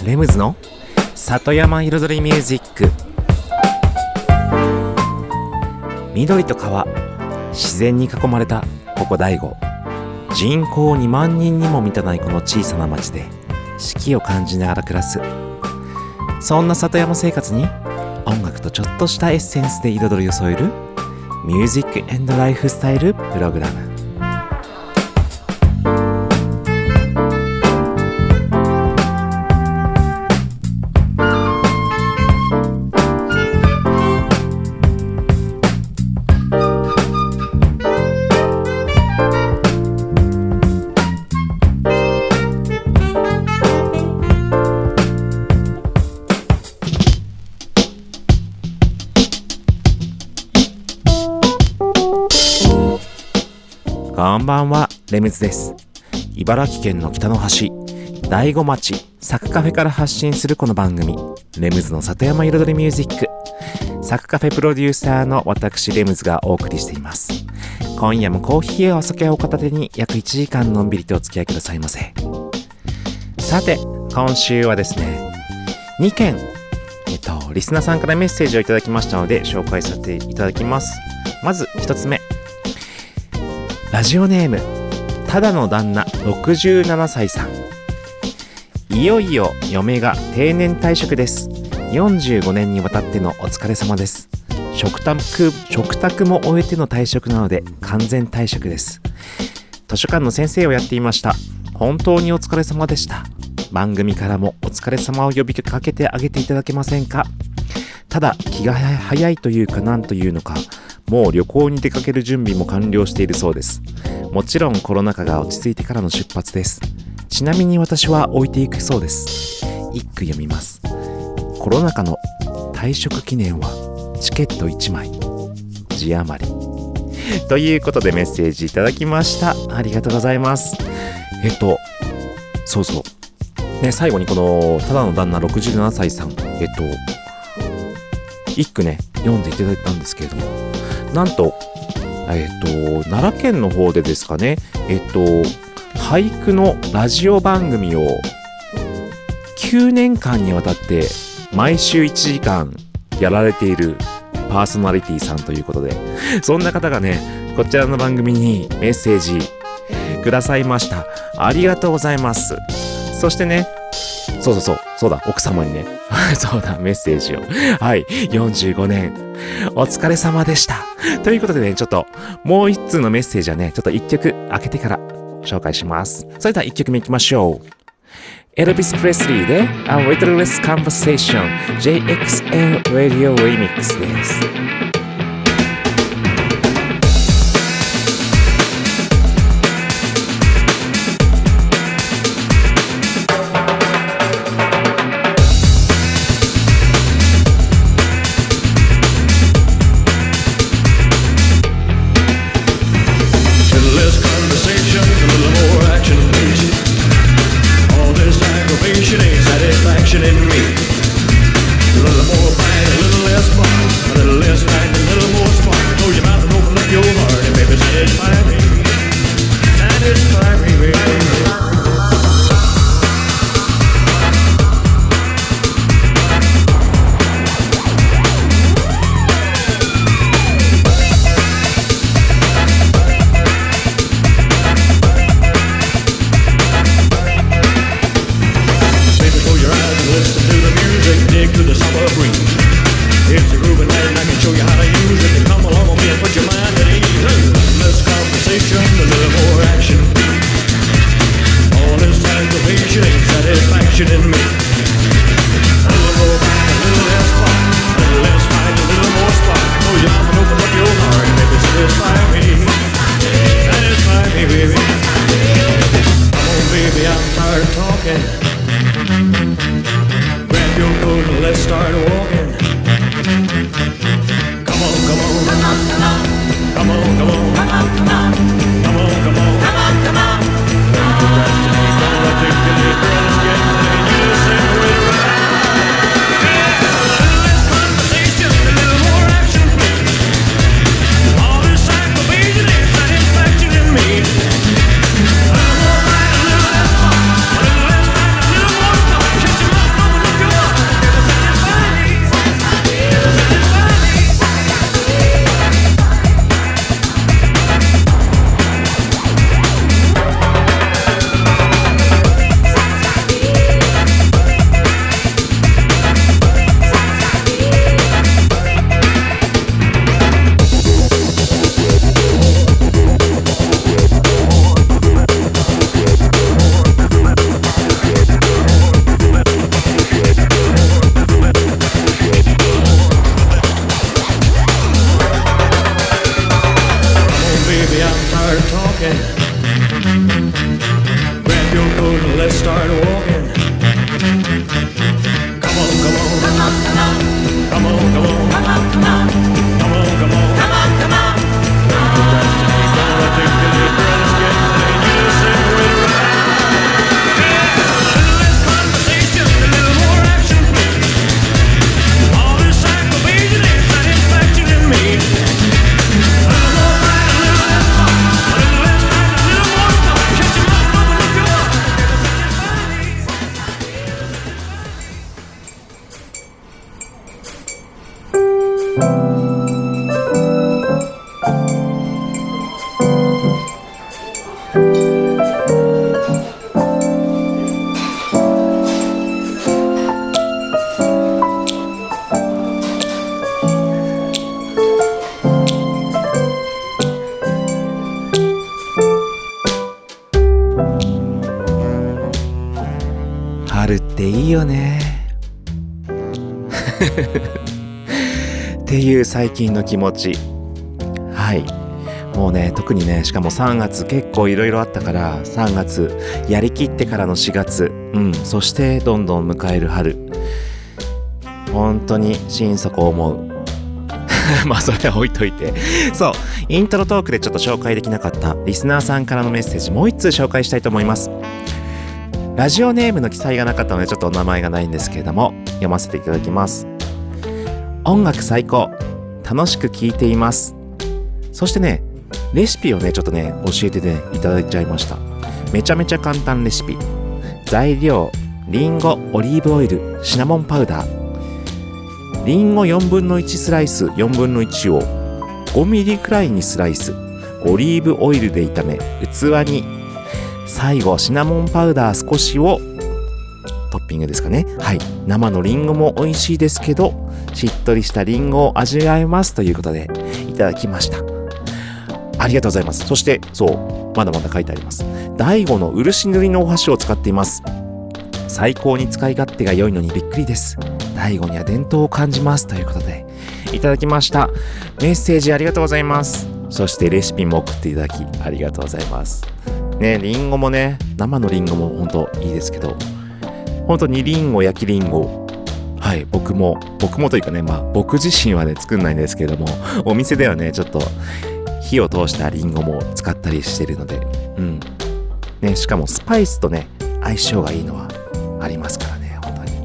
レムズの里山彩りミュージック。緑と川、自然に囲まれたここ大悟。人口2万人にも満たないこの小さな町で四季を感じながら暮らす、そんな里山生活に音楽とちょっとしたエッセンスで彩りを添えるミュージック&ライフスタイルプログラム。こんばんは、レムズです。茨城県の北の端、大子町サクカフェから発信するこの番組、レムズの里山彩りミュージック。サクカフェプロデューサーの私レムズがお送りしています。今夜もコーヒーやお酒を片手に約1時間のんびりとお付き合いくださいませ。さて、今週はですね、2件リスナーさんからメッセージをいただきましたので紹介させていただきます。まず1つ目、ラジオネームただの旦那67歳さん。いよいよ嫁が定年退職です。45年にわたってのお疲れ様です。食卓も終えての退職なので完全退職です。図書館の先生をやっていました。本当にお疲れ様でした。番組からもお疲れ様を呼びかけてあげていただけませんか。ただ気が早いというかなんというのか、もう旅行に出かける準備も完了しているそうです。もちろんコロナ禍が落ち着いてからの出発です。ちなみに私は置いていくそうです。一句読みます。コロナ禍の退職記念はチケット1枚字余りということでメッセージいただきました。ありがとうございます。そうね、最後にこのただの旦那67歳さん一句ね読んでいただいたんですけれども、なんと奈良県の方でですかね、俳句のラジオ番組を9年間にわたって毎週1時間やられているパーソナリティさんということで、そんな方がねこちらの番組にメッセージくださいました。ありがとうございます。そしてね、そうだ、奥様にねそうだ、メッセージを45年お疲れ様でしたということでね、ちょっともう一通のメッセージはね、ちょっと1曲開けてから紹介します。それでは1曲目いきましょう。エルビス・プレスリーで A Little Less Conversation JXL Radio Remix です。 start walking. Come on, come on, come on, come on, come on, come on, come on, come on, come on, come on, come on, come on. Don't procrastinate, don't let the good girls get late. You just say we're right. Yeah, a little less conversation, a little more action, please. All this aggravation is satisfaction in me. A little more fight, a little less talk, a little less fight, a little more talk. Shut your mouth, open up your heart. 春っていいよねっていう最近の気持ち。はい、もうね、特にね、しかも3月結構いろいろあったから、3月やりきってからの4月、そしてどんどん迎える春、本当に心底思うまあそれは置いといて、そう、イントロトークでちょっと紹介できなかったリスナーさんからのメッセージ、もう一通紹介したいと思います。ラジオネームの記載がなかったのでちょっとお名前がないんですけれども、読ませていただきます。音楽最高、楽しく聴いています。そしてね、レシピをねちょっとね教えてねいただいちゃいました。めちゃめちゃ簡単レシピ。材料、リンゴ、オリーブオイル、シナモンパウダー。リンゴ4分の1スライス、4分の1を5ミリくらいにスライス、オリーブオイルで炒め器に、最後シナモンパウダー少しをトッピングですかね。はい、生のリンゴも美味しいですけど、しっとりしたリンゴを味わえますということでいただきました。ありがとうございます。そしてそうまだまだ書いてあります。大悟の漆塗りのお箸を使っています。最高に使い勝手が良いのにびっくりです。大悟には伝統を感じますということでいただきました。メッセージありがとうございます。そしてレシピも送っていただきありがとうございますね。リンゴもね、生のリンゴも本当いいですけど、本当にリンゴ、焼きリンゴ、はい、僕もというかね、僕自身はね作んないんですけれども、お店ではねちょっと火を通したリンゴも使ったりしてるので、ね、しかもスパイスとね相性がいいのはありますからね、本当に。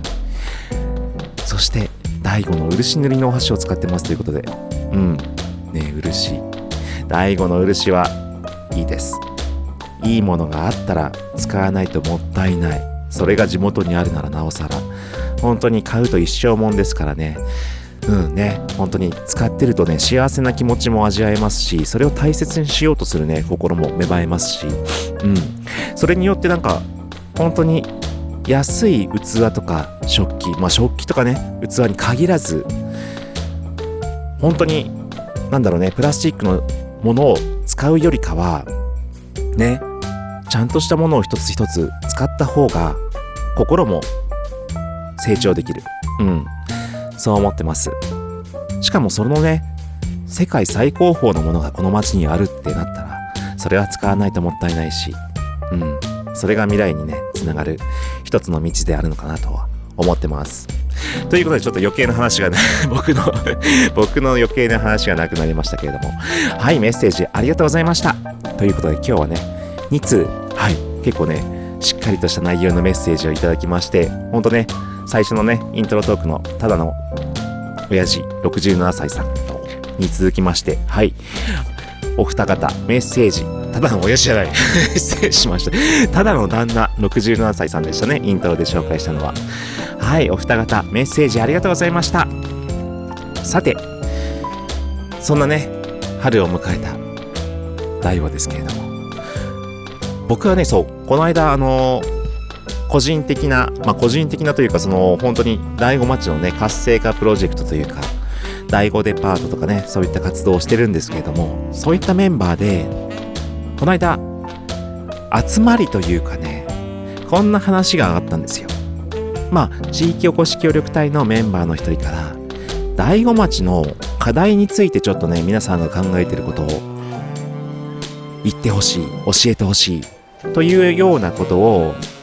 そして大悟の漆塗りのお箸を使ってますということで、ね、漆、大悟の漆はいいです。いいものがあったら使わないともったいない。それが地元にあるならなおさら、本当に買うと一生もんですからね。ね、本当に使ってるとね幸せな気持ちも味わえますし、それを大切にしようとするね心も芽生えますし、それによってなんか本当に安い器とか食器、食器とかね器に限らず、本当になんだろうね、プラスチックのものを使うよりかはね、ちゃんとしたものを一つ一つ使った方が心も成長できる。そう思ってます。しかもそのね、世界最高峰のものがこの街にあるってなったら、それは使わないともったいないし、それが未来にねつながる一つの道であるのかなとは思ってます。ということでちょっと余計な話がね僕の余計な話がなくなりましたけれども、はい、メッセージありがとうございました。ということで今日はね2通、はい、結構ねしっかりとした内容のメッセージをいただきまして、ほんとね最初のねイントロトークのただの親父67歳さんに続きまして、はい、お二方メッセージ、ただの親父じゃない失礼しました、ただの旦那67歳さんでしたね、イントロで紹介したのは。はい、お二方メッセージありがとうございました。さて、そんなね春を迎えた大悟ですけれども、僕はねこの間個人的なというか、その本当に大悟町のね活性化プロジェクトというか、大悟デパートとかね、そういった活動をしてるんですけれども、そういったメンバーでこの間集まりというかね、こんな話が上がったんですよ。地域おこし協力隊のメンバーの一人から、大子町の課題についてちょっとね皆さんが考えてることを言ってほしい、教えてほしいというようなことを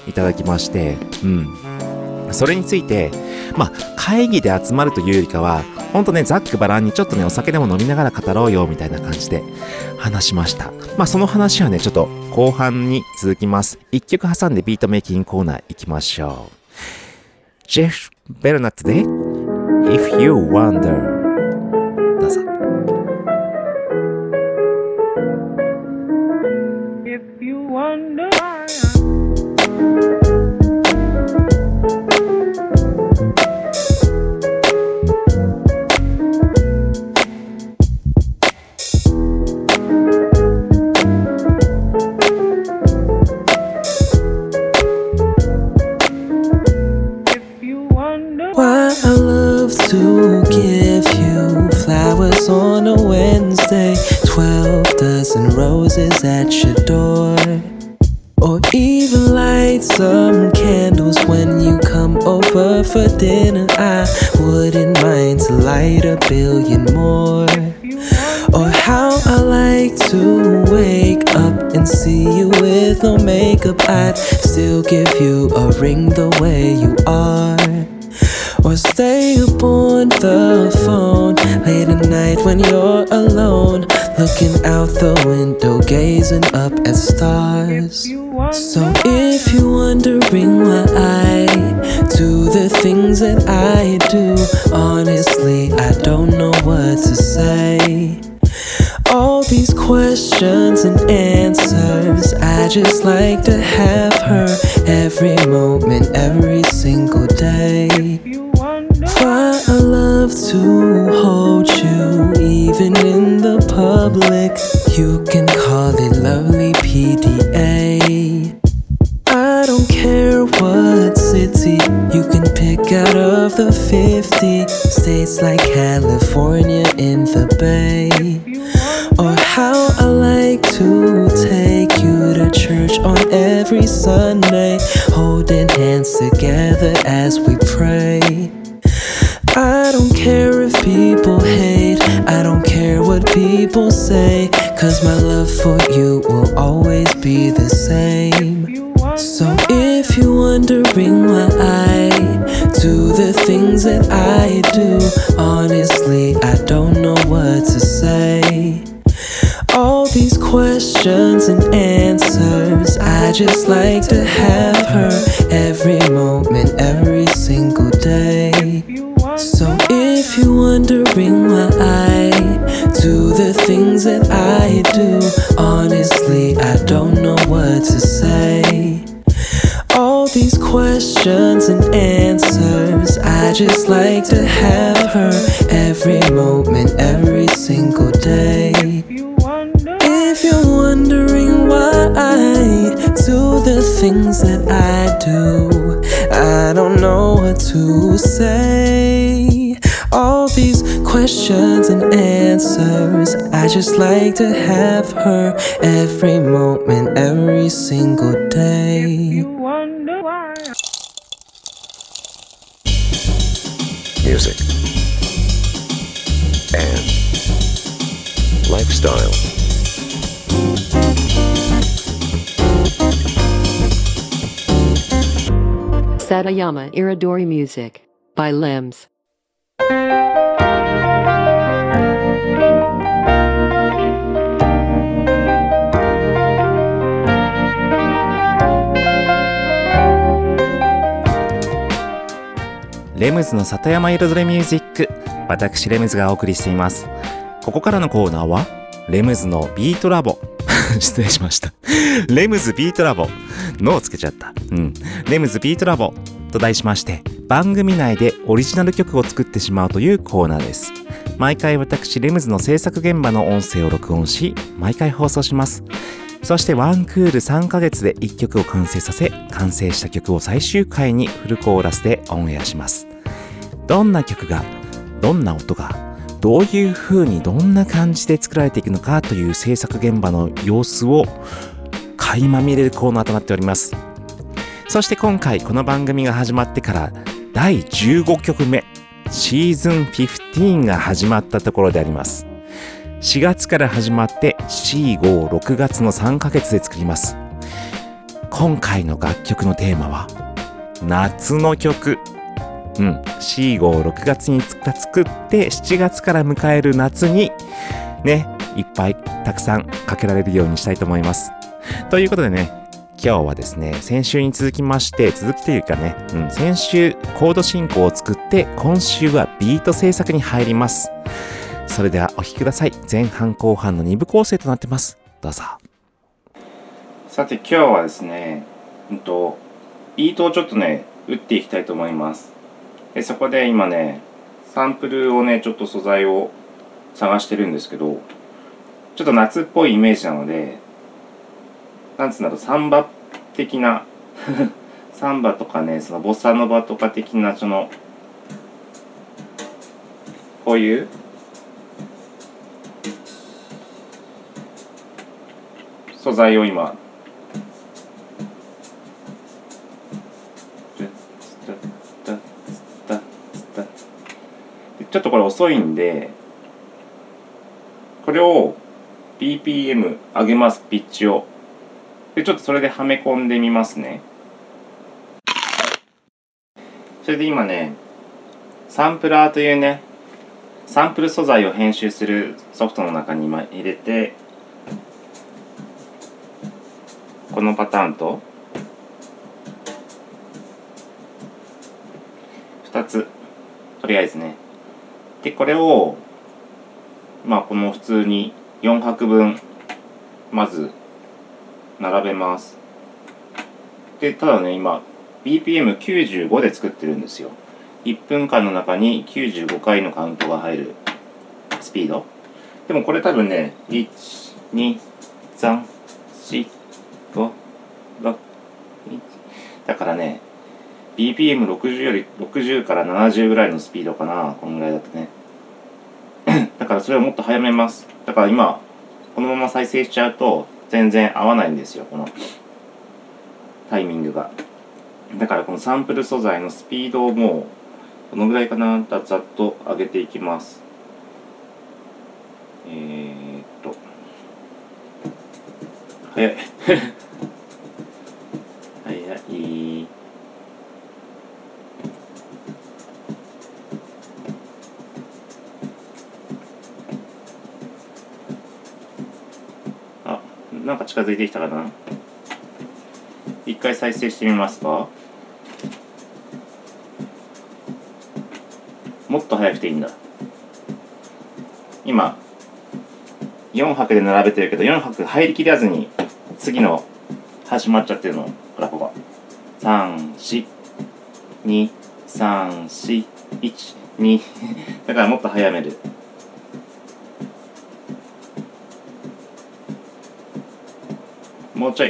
いただきまして、それについて、会議で集まるというよりかは、ほんとね、ざっくばらんにちょっとね、お酒でも飲みながら語ろうよ、みたいな感じで話しました。その話はね、ちょっと後半に続きます。一曲挟んでビートメイキングコーナー行きましょう。Jeff Bernat で If You Wonder。どうぞ。 If you wonder why I love to give you flowers on a Wednesday, 12 dozen roses at your door, or even light some candles when you come over for dinner. I wouldn't mind to light a billion more. Or how I like to wake up and see you with no makeup. I'd still give you a ring the way you are. Or stay up on the phone late at night when you're alone, looking out the window, gazing up at stars. So if you're wondering why I do the things that I do, honestly, I don't know what to say. All these questions and answers, I just like to have her every moment, every single day. Why I love to hold you, even in the public. You can call it lovely PDA. I don't care what city you can pick out of the 50 states like California in the Bay. Or how I like to take you to church on every Sunday, holding hands together as we pray. I don't care if people hate, I don't care what people say, 'cause my love for you will always be the same. So if you're wondering why I do the things that I do, honestly, I don't know what to say. All these questions and answers, I just like to have her every moment, every single day. So if you're wondering why I do the things that I do, honestly, I don't know what to say. All these questions and answers, I just like to have her every moment, every single day. If you're wondering why I do the things that I do, I don't know what to say. All these questions and answers, I just like to have her every moment, every single day. Music and lifestyle. Satayama Iridori Music by Limbs. レムズの里山彩りミュージック、私レムズがお送りしています。ここからのコーナーはレムズのビートラボ失礼しました。レムズビートラボのをつけちゃった。レムズビートラボと題しまして、番組内でオリジナル曲を作ってしまうというコーナーです。毎回私レムズの制作現場の音声を録音し、毎回放送します。そしてワンクール3ヶ月で1曲を完成させ、完成した曲を最終回にフルコーラスでオンエアします。どんな曲が、どんな音が、どういう風にどんな感じで作られていくのかという制作現場の様子を垣間見れるコーナーとなっております。そして今回この番組が始まってから第15曲目、シーズン15が始まったところであります。4月から始まって4、5、6月の3ヶ月で作ります。 今回の楽曲のテーマは夏の曲。4、5、6月に作って7月から迎える夏にね、いっぱいたくさんかけられるようにしたいと思います。ということでね、今日はですね、先週に続きまして、続きというかね、先週コード進行を作って、今週はビート制作に入ります。それではお聴きください。前半後半の2部構成となってます。どうぞ。さて今日はですね、ビートをちょっとね、打っていきたいと思います。でそこで今ね、サンプルをね、ちょっと素材を探してるんですけど、ちょっと夏っぽいイメージなので、なんつうんだろう、サンバ的なサンバとかね、そのボサノバとか的なそのこういう素材を今ちょっとこれ遅いんで、これを BPM 上げます、ピッチを。でちょっとそれではめ込んでみますね。それで今ね、サンプラーというね、サンプル素材を編集するソフトの中に今入れて、このパターンと2つ、とりあえずね。でこれをこの普通に4拍分まず並べます。でただね、今 BPM95 で作ってるんですよ。1分間の中に95回のカウントが入るスピード。でもこれ多分ね、1、2、3、4、5、6、だからね、BPM60 より60から70ぐらいのスピードかな、このぐらいだとね。だからそれをもっと早めます。だから今このまま再生しちゃうと全然合わないんですよ、このタイミングが。だからこのサンプル素材のスピードをもうこのぐらいかな、ざっと上げていきます。早い早い。なんか近づいてきたかな。一回再生してみますか。もっと早くていいんだ。今4拍で並べてるけど、4拍入りきらずに次の始まっちゃってるの。ほらここ3、4、2、3、4、1、2 だからもっと早める。もうちょい。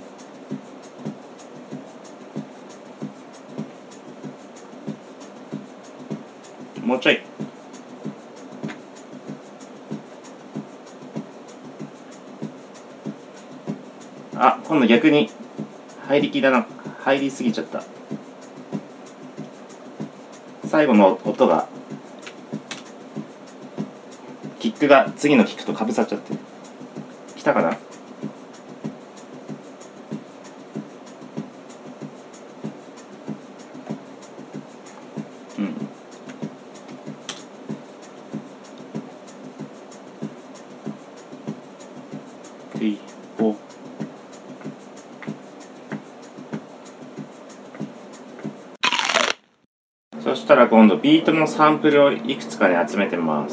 もうちょい。今度逆に入りすぎちゃった。最後の音がキックが次のキックとかぶさっちゃってる。きたかな。そしたら今度ビートのサンプルをいくつかね集めてます。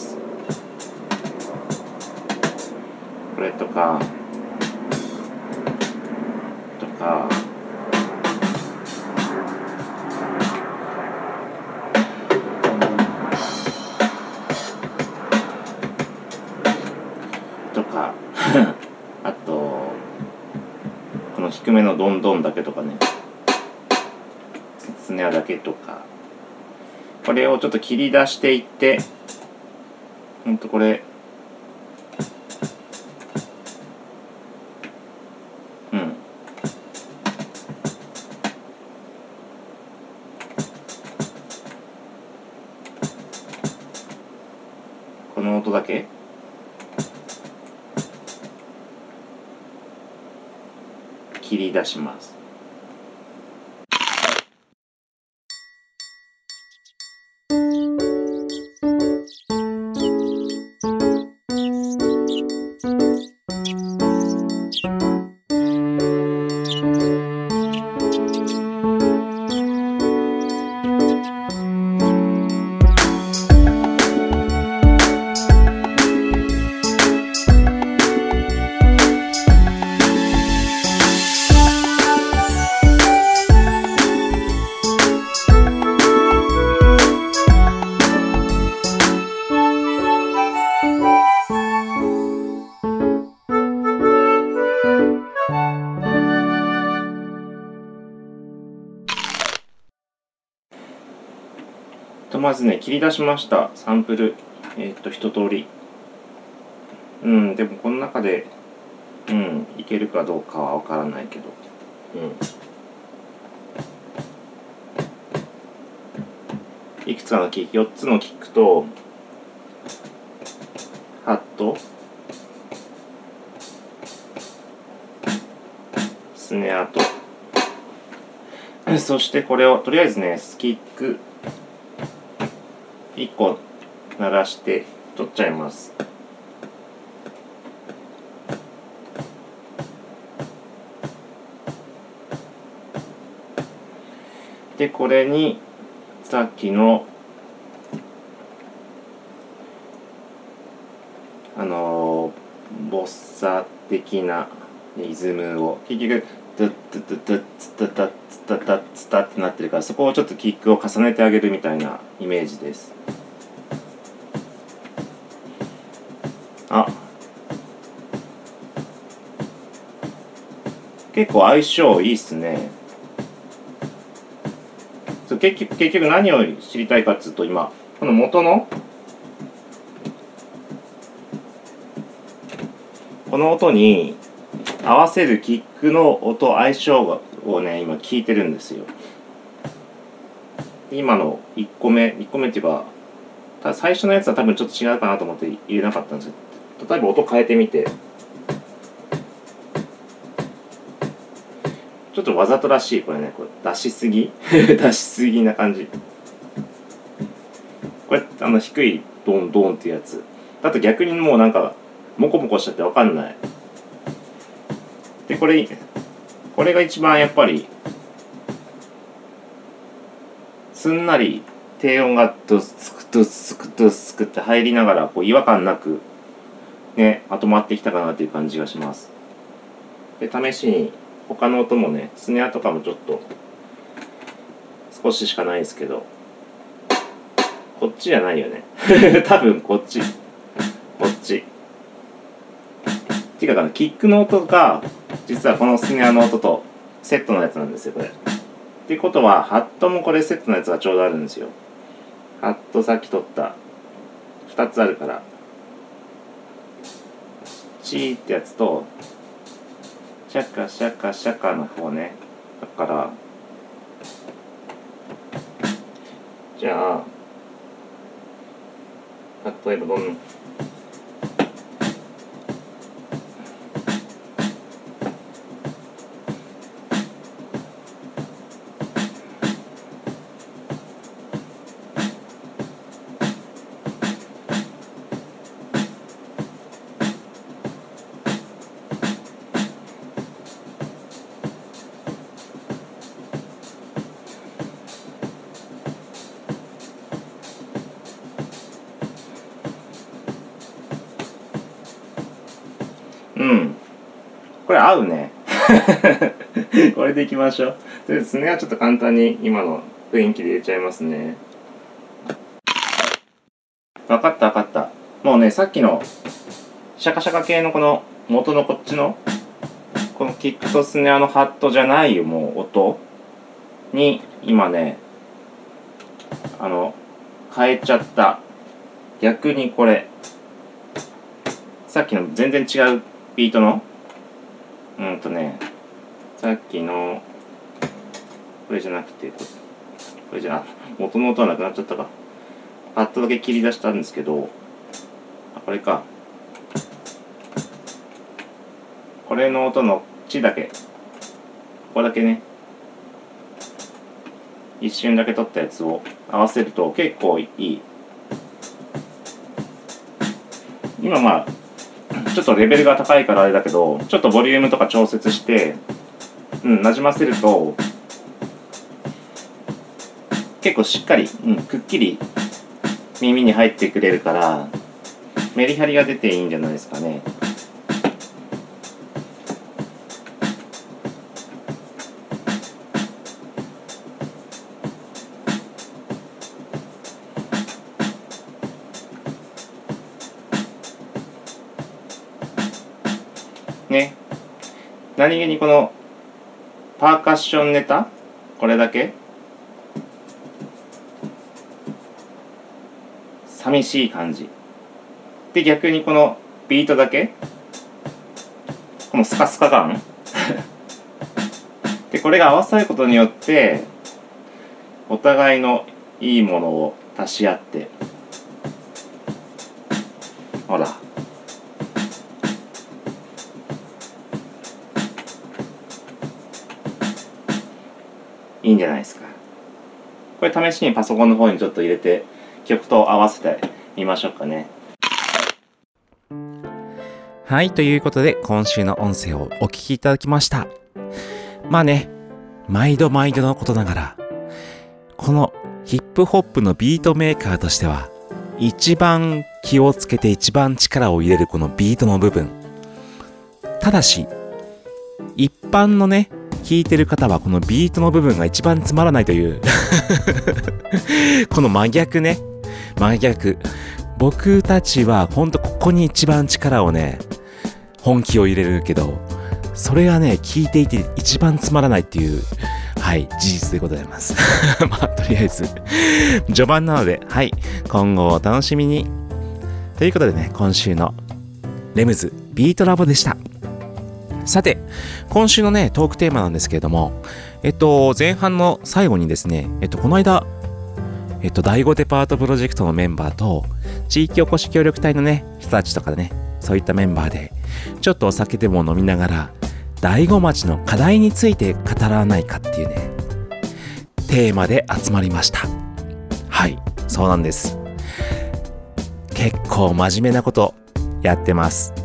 これとかあとこの低めのドンドンだけとかね、スネアだけとか、これをちょっと切り出していって、これこの音だけ切切り出します。まずね、切り出しました。サンプル。一通り。でもこの中で、いけるかどうかはわからないけど。いくつかのキック、4つのキックと、ハット、スネアと、そしてこれを、とりあえずね、キック、1個鳴らして取っちゃいます。でこれにさっきのボッサ的なリズムを結局ドゥッドゥドゥドゥッツタタツタタツタってなってるから、そこをちょっとキックを重ねてあげるみたいなイメージです。結構相性いいっすね。結局何を知りたいかっていうと、今この元のこの音に合わせるキックの音相性をね今聞いてるんですよ。今の1個目っていうか、最初のやつは多分ちょっと違うかなと思って入れなかったんですけど、例えば音変えてみて、ちょっとわざとらしいこれね、これ出しすぎ出しすぎな感じ。これ低いドンドンっていうやつだと逆にもうなんかモコモコしちゃってわかんない。でこれが一番やっぱりすんなり低音がドスクドスクドスクって入りながらこう違和感なくねまとまってきたかなという感じがします。で試しに他の音もね、スネアとかもちょっと少ししかないですけど、こっちじゃないよね多分こっちっていうかキックの音が実はこのスネアの音とセットのやつなんですよこれ。っていうことはハットもこれセットのやつがちょうどあるんですよ。ハットさっき取った2つあるから、チーってやつとシャカシャカシャカの方ね。だからじゃあ例えばどんこれ合うねこれでいきましょう。でスネアちょっと簡単に今の雰囲気で入れちゃいますね。分かった。もうねさっきのシャカシャカ系のこの元のこっちのこのキックとスネアのハットじゃないよもう音に今ね変えちゃった。逆にこれさっきの全然違うビートのさっきのこれじゃなくてこれじゃ元の音はなくなっちゃったか。パッドだけ切り出したんですけど、これか。これの音の「チ」だけこだけね一瞬だけ撮ったやつを合わせると結構いい。今まあちょっとレベルが高いからあれだけど、ちょっとボリュームとか調節してなじませると結構しっかり、くっきり耳に入ってくれるからメリハリが出ていいんじゃないですかね。ね、何気にこのパーカッションネタこれだけ寂しい感じで、逆にこのビートだけこのスカスカ感で、これが合わさることによってお互いのいいものを足し合って、ほらいいんじゃないですか。これ試しにパソコンの方にちょっと入れて曲と合わせてみましょうかね。はい、ということで今週の音声をお聞きいただきました。まあね、毎度毎度のことながらこのヒップホップのビートメーカーとしては一番気をつけて一番力を入れるこのビートの部分。ただし一般のね聞いてる方はこのビートの部分が一番つまらないというこの真逆。僕たちはほんとここに一番力をね本気を入れるけど、それがね聞いていて一番つまらないっていう事実でございますまあとりあえず序盤なので今後お楽しみにということでね、今週のレムズビートラボでした。さて今週のねトークテーマなんですけれども、前半の最後にですね、この間第5デパートプロジェクトのメンバーと地域おこし協力隊のね人たちとかね、そういったメンバーでちょっとお酒でも飲みながら大子町の課題について語らないかっていうねテーマで集まりました。はい、そうなんです。結構真面目なことやってます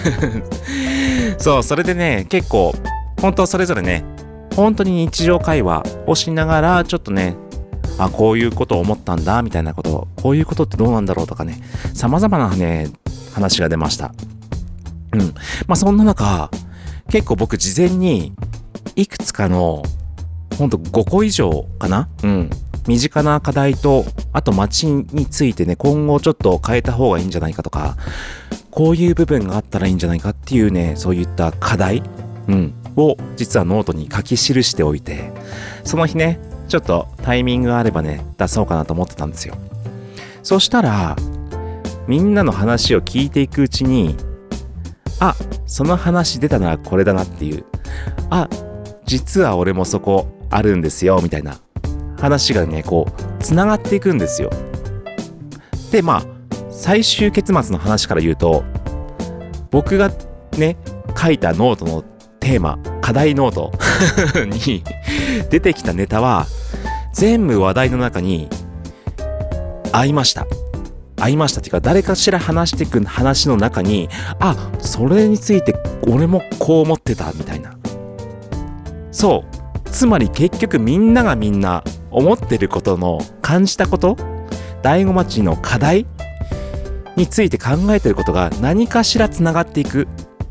そう、それでね結構本当それぞれね本当に日常会話をしながらちょっとね、こういうことを思ったんだみたいなこと、こういうことってどうなんだろうとかね、様々なね話が出ました。まあそんな中結構僕事前にいくつかのほんと5個以上かな、身近な課題と、あと街についてね今後ちょっと変えた方がいいんじゃないかとか、こういう部分があったらいいんじゃないかっていうね、そういった課題、を実はノートに書き記しておいて、その日ねちょっとタイミングがあればね出そうかなと思ってたんですよ。そしたらみんなの話を聞いていくうちに、その話出たのはこれだなっていう、実は俺もそこあるんですよみたいな話がねこうつながっていくんですよ。でまあ最終結末の話から言うと、僕がね書いたノートのテーマ、課題ノートに出てきたネタは全部話題の中に合いましたっていうか、誰かしら話していく話の中にそれについて俺もこう思ってたみたいな。そうつまり結局みんながみんな思ってることの感じたこと、大子町の課題について考えてることが何かしらつながっていく、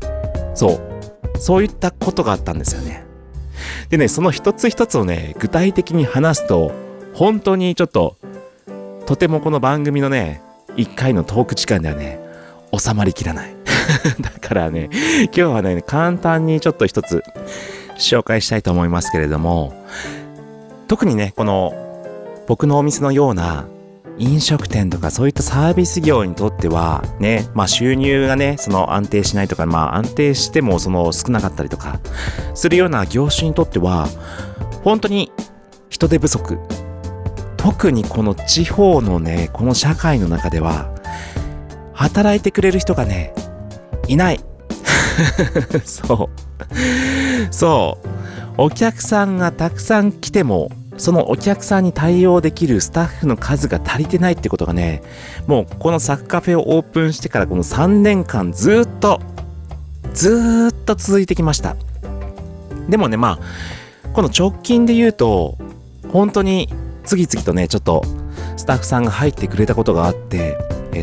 そういったことがあったんですよね。でね、その一つ一つをね具体的に話すと本当にちょっととてもこの番組のね1回のトーク時間ではね収まりきらないだからね今日はね簡単にちょっと一つ紹介したいと思いますけれども、特にねこの僕のお店のような飲食店とかそういったサービス業にとってはね、収入がねその安定しないとか、安定してもその少なかったりとかするような業種にとっては本当に人手不足、特にこの地方のねこの社会の中では働いてくれる人がねいないそうお客さんがたくさん来てもそのお客さんに対応できるスタッフの数が足りてないってことがね、もうこのサクカフェをオープンしてからこの3年間ずっと続いてきました。でもね、まあこの直近で言うと本当に次々とねちょっとスタッフさんが入ってくれたことがあって、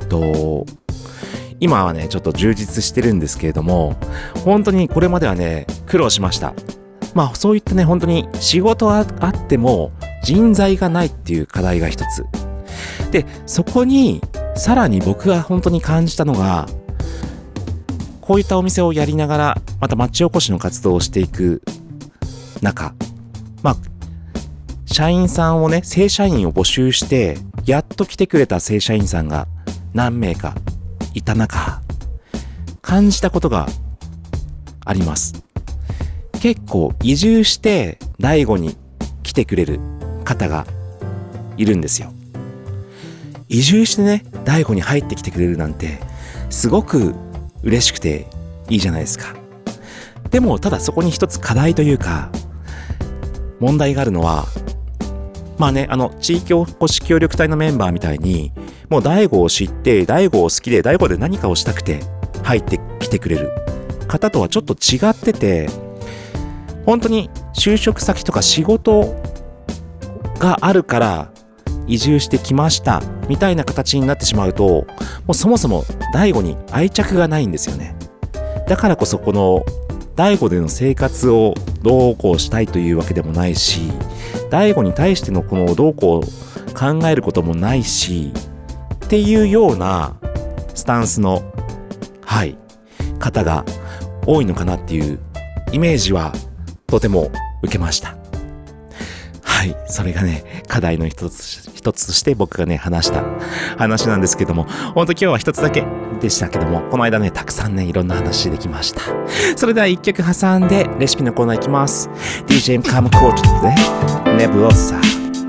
今はねちょっと充実してるんですけれども、本当にこれまではね苦労しました。まあそういったね本当に仕事はあっても人材がないっていう課題が一つで、そこにさらに僕が本当に感じたのが、こういったお店をやりながらまた町おこしの活動をしていく中、まあ社員さんをね、正社員を募集してやっと来てくれた正社員さんが何名かいた中、感じたことがあります。結構移住して大悟に来てくれる方がいるんですよ。移住してね大悟に入ってきてくれるなんてすごく嬉しくていいじゃないですか。でもただそこに一つ課題というか問題があるのは、まあね、地域おこし協力隊のメンバーみたいにもう大悟を知って大悟を好きで大悟で何かをしたくて入ってきてくれる方とはちょっと違ってて、本当に就職先とか仕事があるから移住してきましたみたいな形になってしまうと、もうそもそも大悟に愛着がないんですよね。だからこそこの大悟での生活をどうこうしたいというわけでもないし、大悟に対してのこのどうこう考えることもないしっていうようなスタンスの方が多いのかなっていうイメージはとても受けました。はい、それがね課題の一つとして僕がね話した話なんですけども、本当今日は一つだけでしたけども、この間ねたくさんねいろんな話できました。それでは一曲挟んでレシピのコーナーいきます。 DJ カムコートでネブロッサ。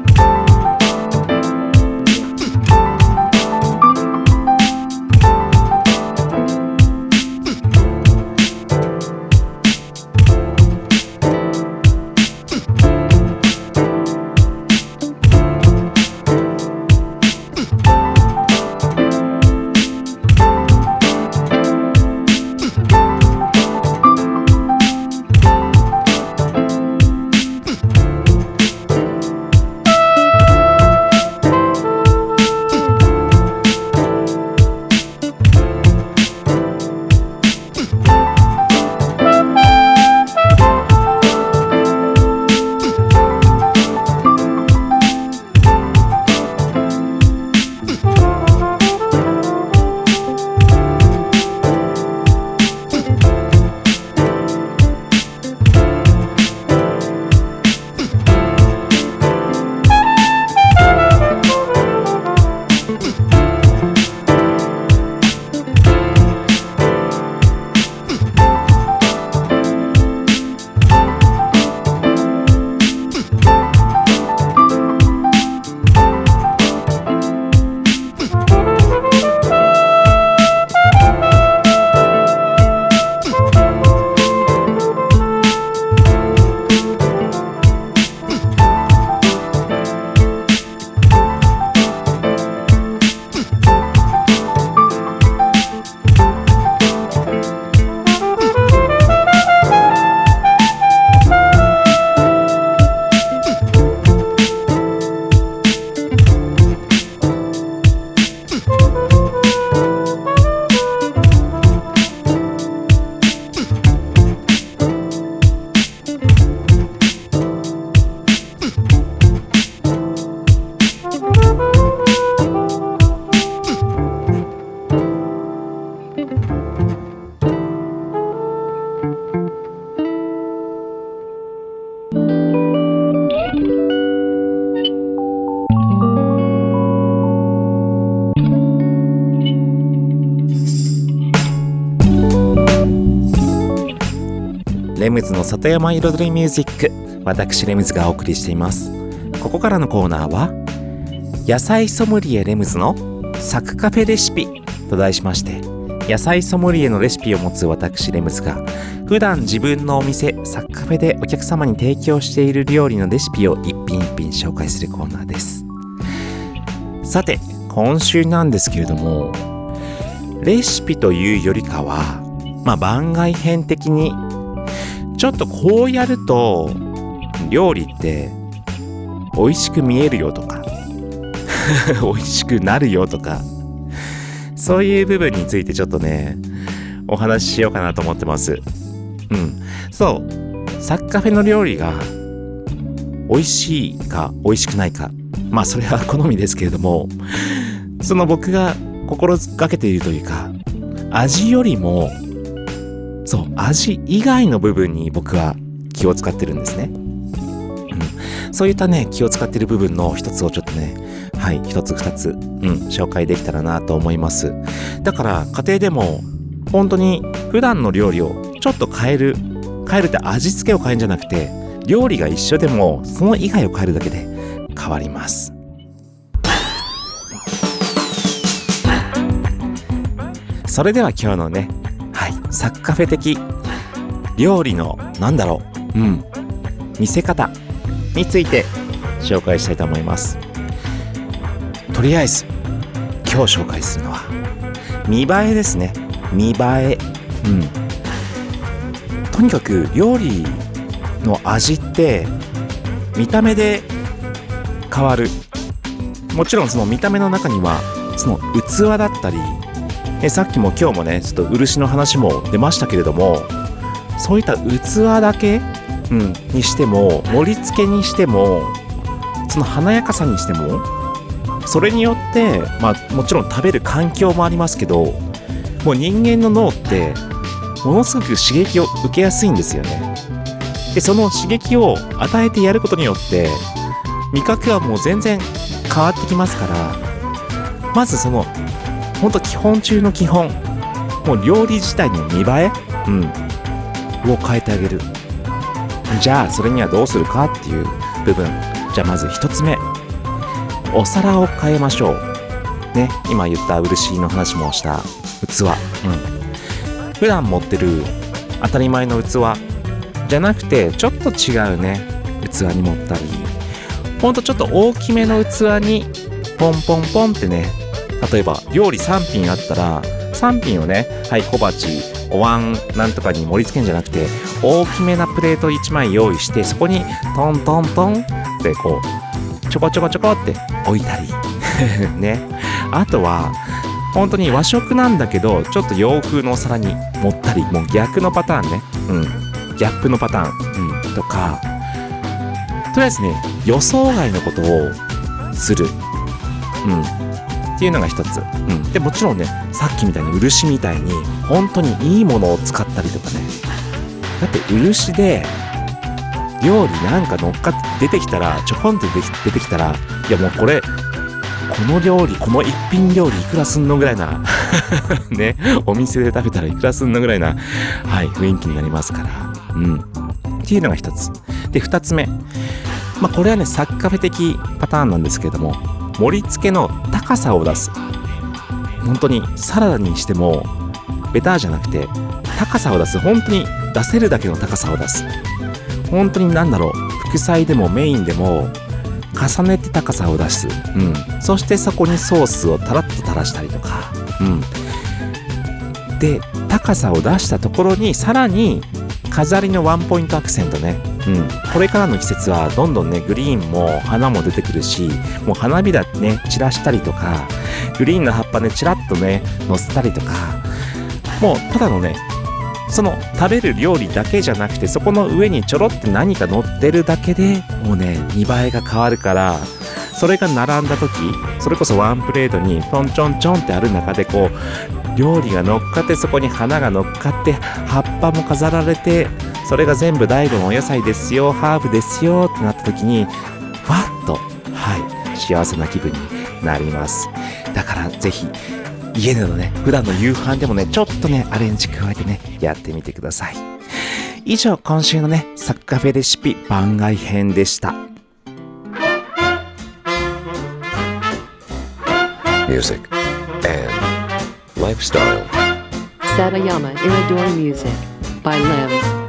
レムズの里山彩りミュージック、私レムズがお送りしています。ここからのコーナーは野菜ソムリエレムズのサクカフェレシピと題しまして、 野菜ソムリエのレシピを持つ私レムズが普段自分のお店サッカフェでお客様に提供している料理のレシピを一品一品紹介するコーナーです。さて今週なんですけれども、レシピというよりかは番外編的にちょっとこうやると料理って美味しく見えるよとか美味しくなるよとか、そういう部分についてちょっとねお話ししようかなと思ってます。そうサッカフェの料理が美味しいか美味しくないか、それは好みですけれども、その僕が心がけているというか、味よりも味以外の部分に僕は気を使ってるんですね。そういったね気を使っている部分の一つをちょっとね一つ二つ紹介できたらなと思います。だから家庭でも本当に普段の料理をちょっと変えるって味付けを変えるんじゃなくて、料理が一緒でもその以外を変えるだけで変わります。それでは今日のねサッカフェ的料理の見せ方について紹介したいと思います。とりあえず今日紹介するのは見栄えですね。見栄え、とにかく料理の味って見た目で変わる。もちろんその見た目の中にはその器だったり、さっきも今日もねちょっと漆の話も出ましたけれども、そういった器だけ、にしても盛り付けにしてもその華やかさにしても、それによってもちろん食べる環境もありますけど、もう人間の脳ってものすごく刺激を受けやすいんですよね。でその刺激を与えてやることによって味覚はもう全然変わってきますから、まずそのほんと基本中の基本、もう料理自体の見栄え、を変えてあげる。じゃあそれにはどうするかっていう部分。じゃあまず一つ目、お皿を変えましょうね。今言った漆の話もした器、普段持ってる当たり前の器じゃなくてちょっと違うね器に盛ったり、ほんとちょっと大きめの器にポンポンポンってね、例えば料理3品あったら3品をね小鉢お椀なんとかに盛り付けるんじゃなくて、大きめなプレート1枚用意して、そこにトントントンってこうちょこちょこちょこって置いたりね。あとは本当に和食なんだけどちょっと洋風のお皿に盛ったり、もう逆のパターンね、ギャップのパターン、とか、とりあえずね予想外のことをする、っていうのが一つ、でもちろんねさっきみたいに漆みたいに本当にいいものを使ったりとかね。だって漆で料理なんか乗っかって出てきたら、ちょこんって出てきたら、いやもうこの料理、この一品料理いくらすんのぐらいなね、お店で食べたらいくらすんのぐらいな雰囲気になりますから、っていうのが一つで、二つ目、これはねサッカフェ的パターンなんですけれども、盛り付けの高さを出す。本当にサラダにしてもベターじゃなくて高さを出す。本当に出せるだけの高さを出す。本当に副菜でもメインでも重ねて高さを出す。そしてそこにソースをたらっと垂らしたりとか、で高さを出したところにさらに飾りのワンポイントアクセントね。これからの季節はどんどんねグリーンも花も出てくるし、もう花びらね散らしたりとか、グリーンの葉っぱねチラッとね乗せたりとか、もうただのねその食べる料理だけじゃなくて、そこの上にちょろって何か乗ってるだけでもうね見栄えが変わるから、それが並んだ時、それこそワンプレートにポンちょんちょんってある中でこう料理が乗っかって、そこに花が乗っかって、葉っぱも飾られて、それが全部大根お野菜ですよ、ハーブですよってなった時にふわっと幸せな気分になります。だからぜひ家でのね普段の夕飯でもねちょっとねアレンジ加えてねやってみてください。以上、今週のねサッカフェレシピ番外編でした。 Music and lifestyle. Satayama Iridori Music by Limbs.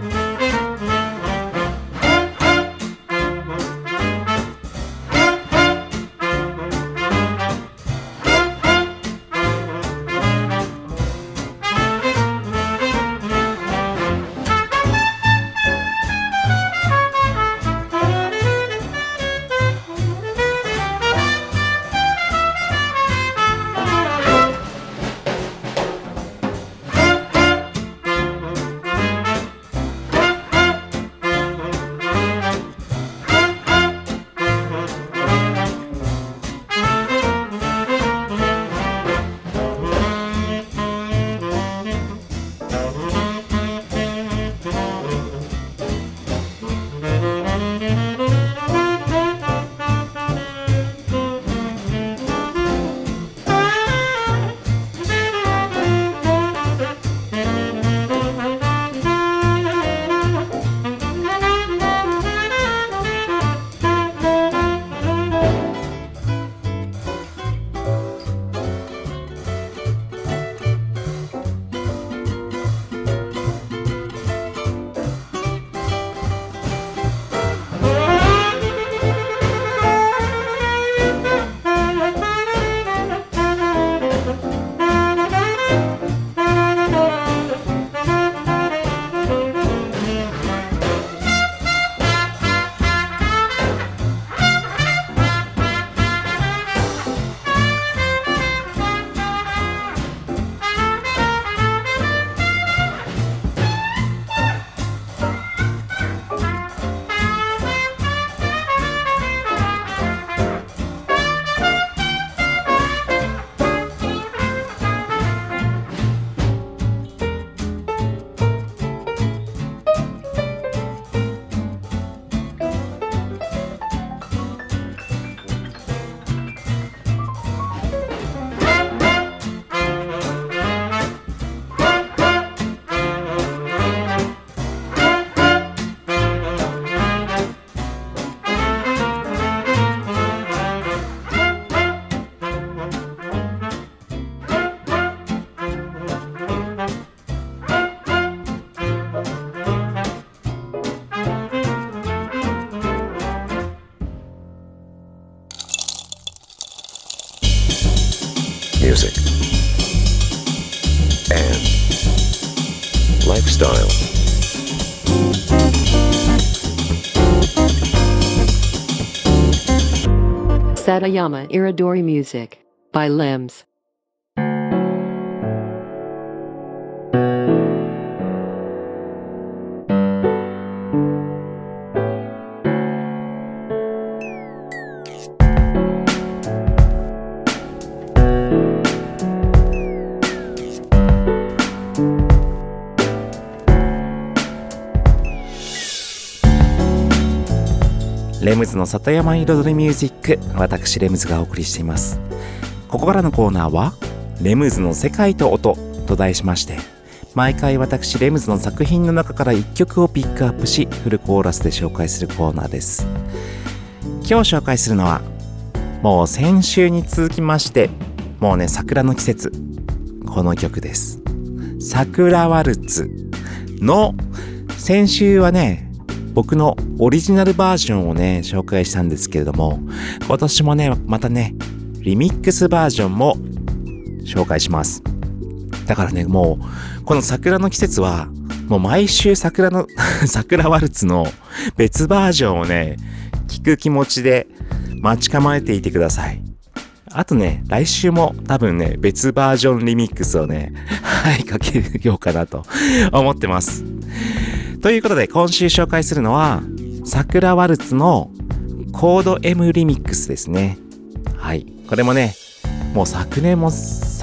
Music and lifestyle. Satayama Iridori Music by Limbs. レムズの里山彩りミュージック、私レムズがお送りしています。ここからのコーナーはレムズの世界と音と題しまして、毎回私レムズの作品の中から1曲をピックアップし、フルコーラスで紹介するコーナーです。今日紹介するのは、もう先週に続きまして、もうね桜の季節、この曲です。桜ワルツの、先週はね僕のオリジナルバージョンをね紹介したんですけれども、今年もねまたねリミックスバージョンも紹介します。だからね、もうこの桜の季節はもう毎週桜ワルツの別バージョンをね聞く気持ちで待ち構えていてください。あとね、来週も多分ね別バージョンリミックスをねかけようかなと思ってます。ということで今週紹介するのは桜ワルツのコード M リミックスですね。はい、これもねもう一昨年も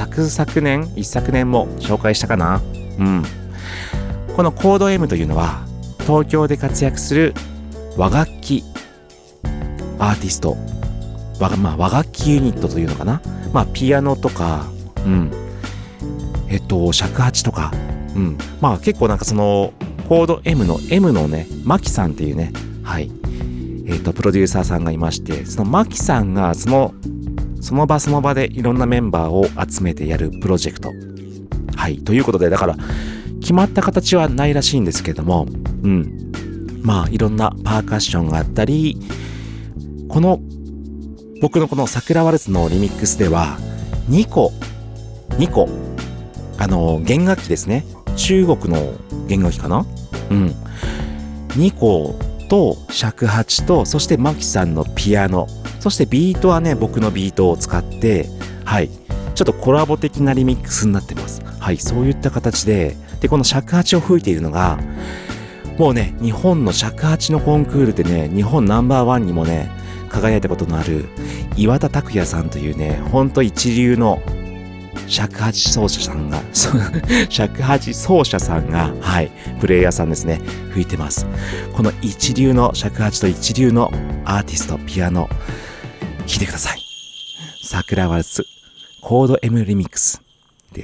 紹介したかな。このコード M というのは東京で活躍する和楽器アーティスト、和楽器ユニットというのかな。ピアノとか、尺八とか、結構なんかそのコード M の M のね、マキさんっていうね、プロデューサーさんがいまして、そのマキさんがその場でいろんなメンバーを集めてやるプロジェクト。 はい。ということで、だから、決まった形はないらしいんですけども、まあ、いろんなパーカッションがあったり、僕のこの桜ワルツのリミックスでは、2個、弦楽器ですね。中国の弦楽器かな？2個と尺八と、そしてマキさんのピアノ、そしてビートはね、僕のビートを使って、はい。ちょっとコラボ的なリミックスになってます。はい。そういった形で、この尺八を吹いているのが、もうね、日本の尺八のコンクールでね、日本ナンバーワンにもね、輝いたことのある岩田拓也さんというね、ほんと一流の尺八奏者さんが、はい、プレイヤーさんですね、吹いてます。この一流の尺八と一流のアーティスト、ピアノ、聴いてください。桜ワルツ、コード M リミックスです。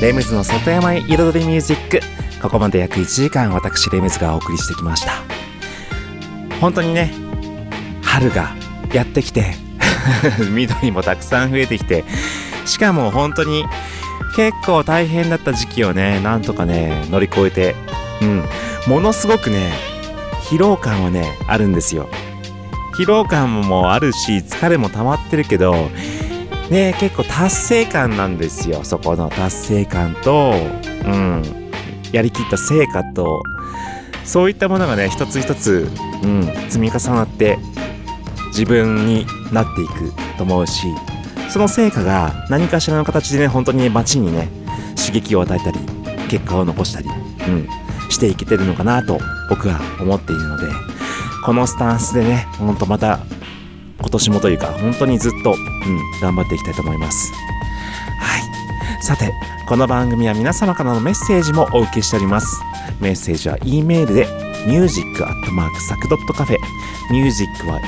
レムズの里山彩りミュージック、ここまで約1時間私レムズがお送りしてきました。本当にね、春がやってきて緑もたくさん増えてきて、しかも本当に結構大変だった時期をね、なんとかね乗り越えて、ものすごくね疲労感はねあるんですよ。疲労感もあるし疲れも溜まってるけどね、結構達成感なんですよ。そこの達成感と、やりきった成果と、そういったものがね一つ一つ、積み重なって自分になっていくと思うし、その成果が何かしらの形でね、本当にね街にね刺激を与えたり結果を残したり、していけてるのかなと僕は思っているので、このスタンスでね、ほんとまた今年もというか本当にずっと、頑張っていきたいと思います。はい。さて、この番組は皆様からのメッセージもお受けしております。メッセージは E メールで music@sac.cafe、 music は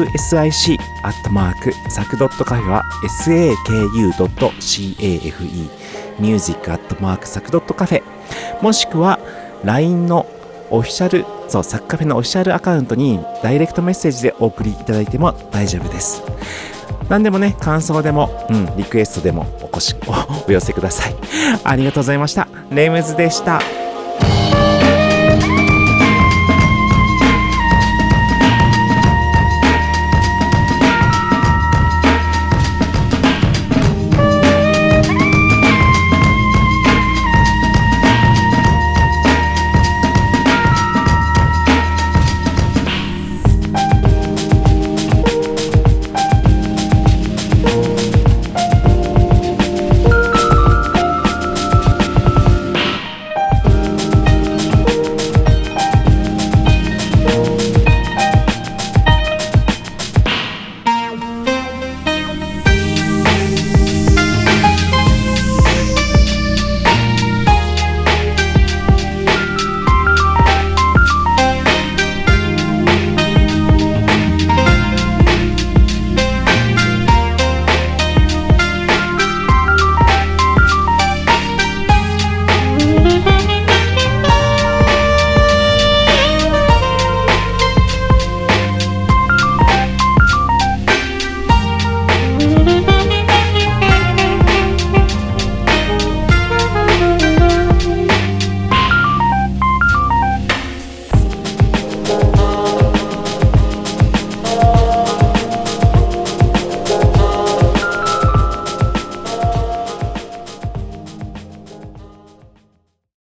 music@sac.cafe は saku.cafe、 music@sac.cafe、 もしくは LINE のオフィシャル、サクカフェのオフィシャルアカウントにダイレクトメッセージでお送りいただいても大丈夫です。何でもね、感想でも、リクエストでもお寄せください。ありがとうございました。レムズでした。